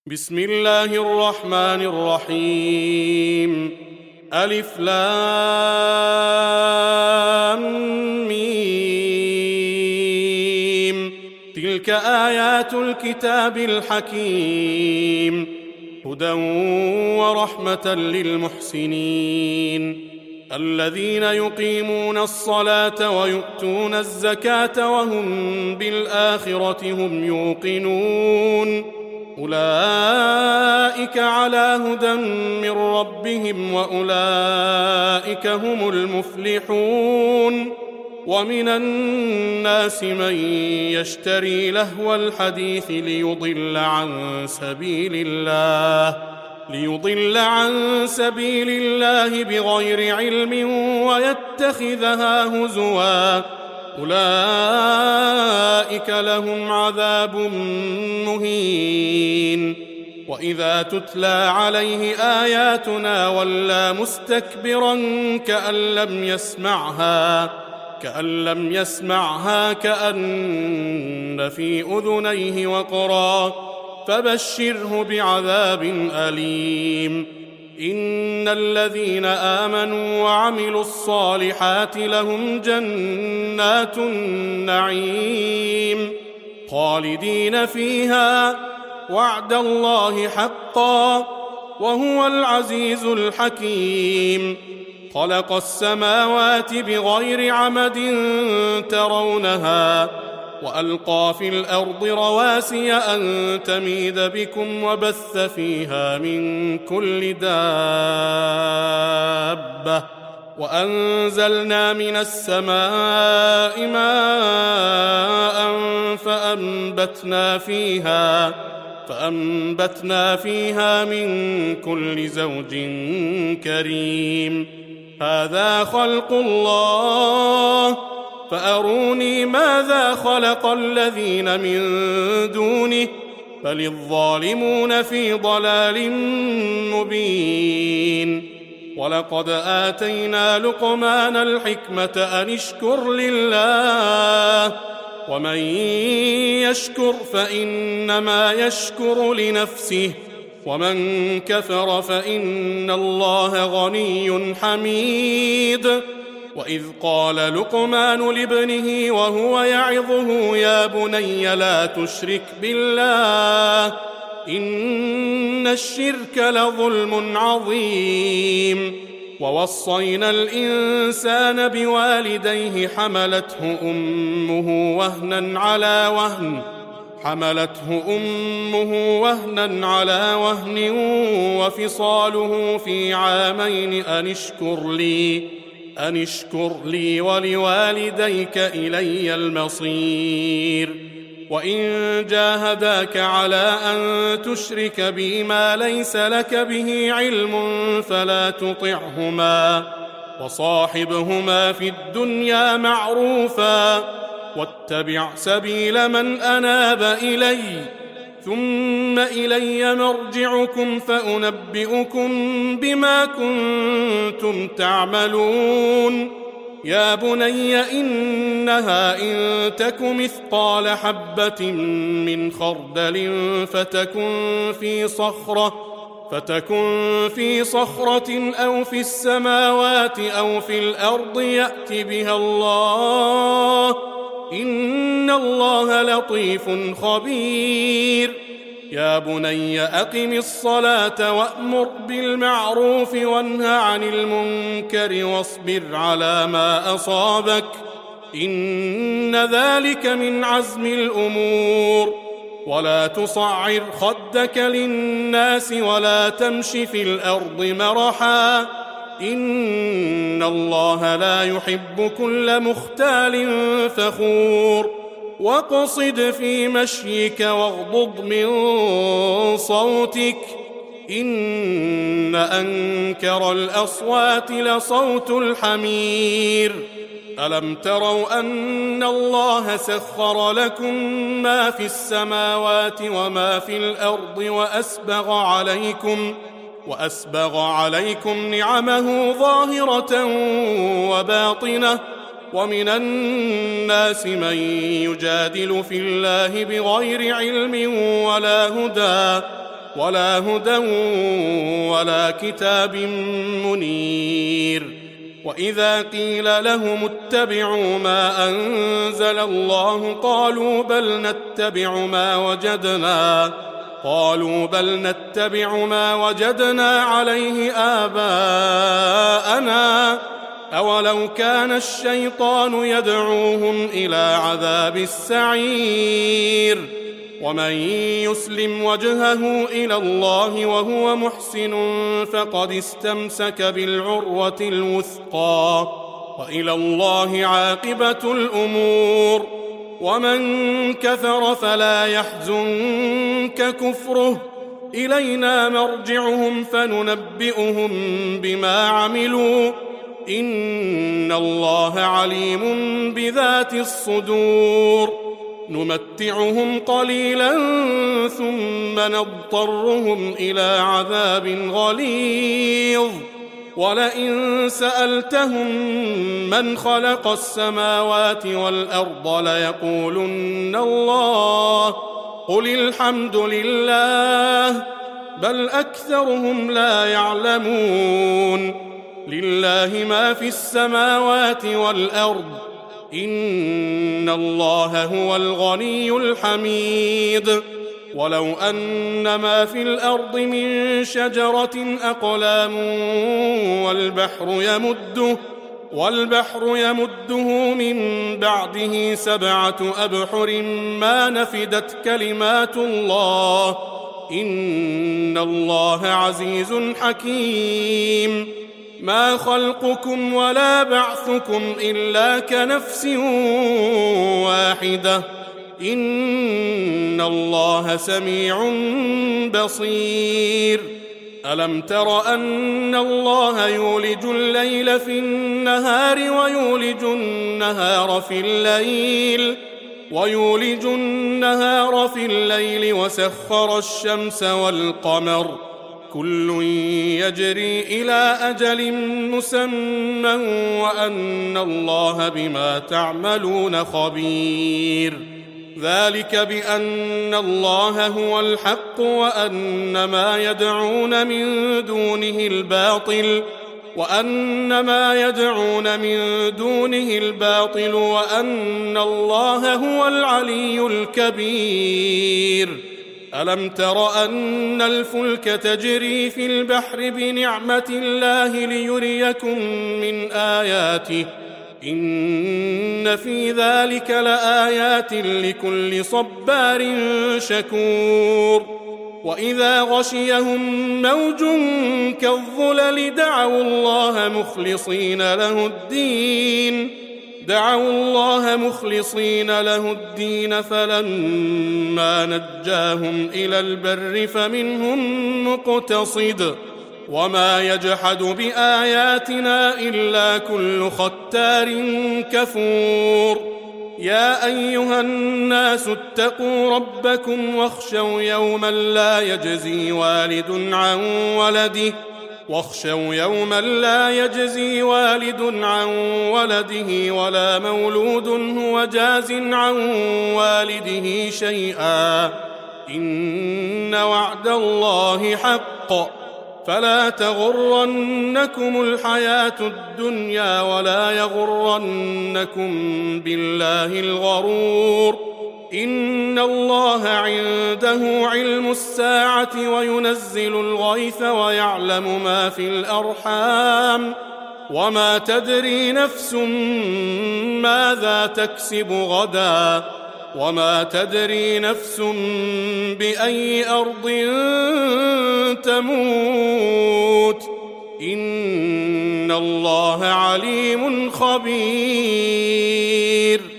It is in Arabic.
بسم الله الرحمن الرحيم. ألف لام ميم. تلك آيات الكتاب الحكيم، هدى ورحمة للمحسنين الذين يقيمون الصلاة ويؤتون الزكاة وهم بالآخرة هم يوقنون. أولئك على هدى من ربهم وأولئك هم المفلحون. ومن الناس من يشتري لهو الحديث ليضل عن سبيل الله بغير علم ويتخذها هزوا، أولئك لهم عذاب مهين. وإذا تتلى عليه آياتنا ولى مستكبرا كأن لم يسمعها كأن في أذنيه وقرا، فبشره بعذاب أليم. إن الذين آمنوا وعملوا الصالحات لهم جنات النعيم خالدين فيها، وعد الله حقا، وهو العزيز الحكيم. خلق السماوات بغير عمد ترونها، وألقى في الأرض رواسي أن تميد بكم، وبث فيها من كل دابة، وأنزلنا من السماء ماء فأنبتنا فيها من كل زوج كريم. هذا خلق الله، فأروني ماذا خلق الذين من دونه، بل الظالمون في ضلال مبين. ولقد آتينا لقمان الحكمة أن اشكر لله، ومن يشكر فإنما يشكر لنفسه، ومن كفر فإن الله غني حميد. وإذ قال لقمان لابنه وهو يعظه يا بني لا تشرك بالله إن الشرك لظلم عظيم. ووصينا الإنسان بوالديه حملته أمه وهنا على وهن وفصاله في عامين أن اشكر لي ولوالديك إلي المصير. وإن جاهداك على أن تشرك بي ما ليس لك به علم فلا تطعهما، وصاحبهما في الدنيا معروفا، واتبع سبيل من أناب إلي، ثم إلي مرجعكم فأنبئكم بما كنتم تعملون. يا بني إنها إن تك مثقال حبة من خردل فتكن في صخرة أو في السماوات أو في الأرض يأت بها الله، إن الله لطيف خبير. يا بني أقم الصلاة وأمر بالمعروف وانه عن المنكر واصبر على ما أصابك، إن ذلك من عزم الأمور. ولا تصعر خدك للناس ولا تمش في الأرض مرحا، إن الله لا يحب كل مختال فخور. واقصد في مشيك واغضض من صوتك، إن أنكر الأصوات لصوت الحمير. ألم تروا أن الله سخر لكم ما في السماوات وما في الأرض وأسبغ عليكم نعمه ظاهرة وباطنة، ومن الناس من يجادل في الله بغير علم ولا هدى ولا كتاب منير. وإذا قيل لهم اتبعوا ما أنزل الله قالوا بل نتبع ما وجدنا عليه آباءنا أولو كان الشيطان يدعوهم إلى عذاب السعير. ومن يسلم وجهه إلى الله وهو محسن فقد استمسك بالعروة الوثقى وإلى الله عاقبة الأمور. ومن كفر فلا يحزنك كفره إلينا مرجعهم فننبئهم بما عملوا إن الله عليم بذات الصدور. نمتعهم قليلا ثم نضطرهم إلى عذاب غليظ. ولئن سألتهم من خلق السماوات والأرض ليقولن الله قل الحمد لله بل أكثرهم لا يعلمون. لله ما في السماوات والأرض إن الله هو الغني الحميد. ولو أن ما في الأرض من شجرة أقلام والبحر يمده من بعده 7 أبحر ما نفدت كلمات الله إن الله عزيز حكيم. ما خلقكم ولا بعثكم إلا كنفس واحدة إن الله سميع بصير. ألم تر أن الله يولج الليل في النهار ويولج النهار في الليل وسخر الشمس والقمر كل يجري إلى أجل مسمى وأن الله بما تعملون خبير. ذلك بأن الله هو الحق وأن ما يدعون من دونه الباطل وأن الله هو العلي الكبير. ألم تر أن الفلك تجري في البحر بنعمة الله ليريكم من آياته إن في ذلك لآيات لكل صبار شكور. وإذا غشيهم موج كالظلل دعوا الله مخلصين له الدين فلما نجاهم إلى البر فمنهم مقتصد وما يجحد بآياتنا إلا كل ختار كفور. يا أيها الناس اتقوا ربكم واخشوا يوما لا يجزي والد عن ولده ولا مولود هو جاز عن والده شيئا إن وعد الله حق فلا تغرنكم الحياة الدنيا ولا يغرنكم بالله الغرور. إن الله عنده علم الساعة وينزل الغيث ويعلم ما في الأرحام وما تدري نفس ماذا تكسب غدا وما تدري نفس بأي أرض تموت إن الله عليم خبير.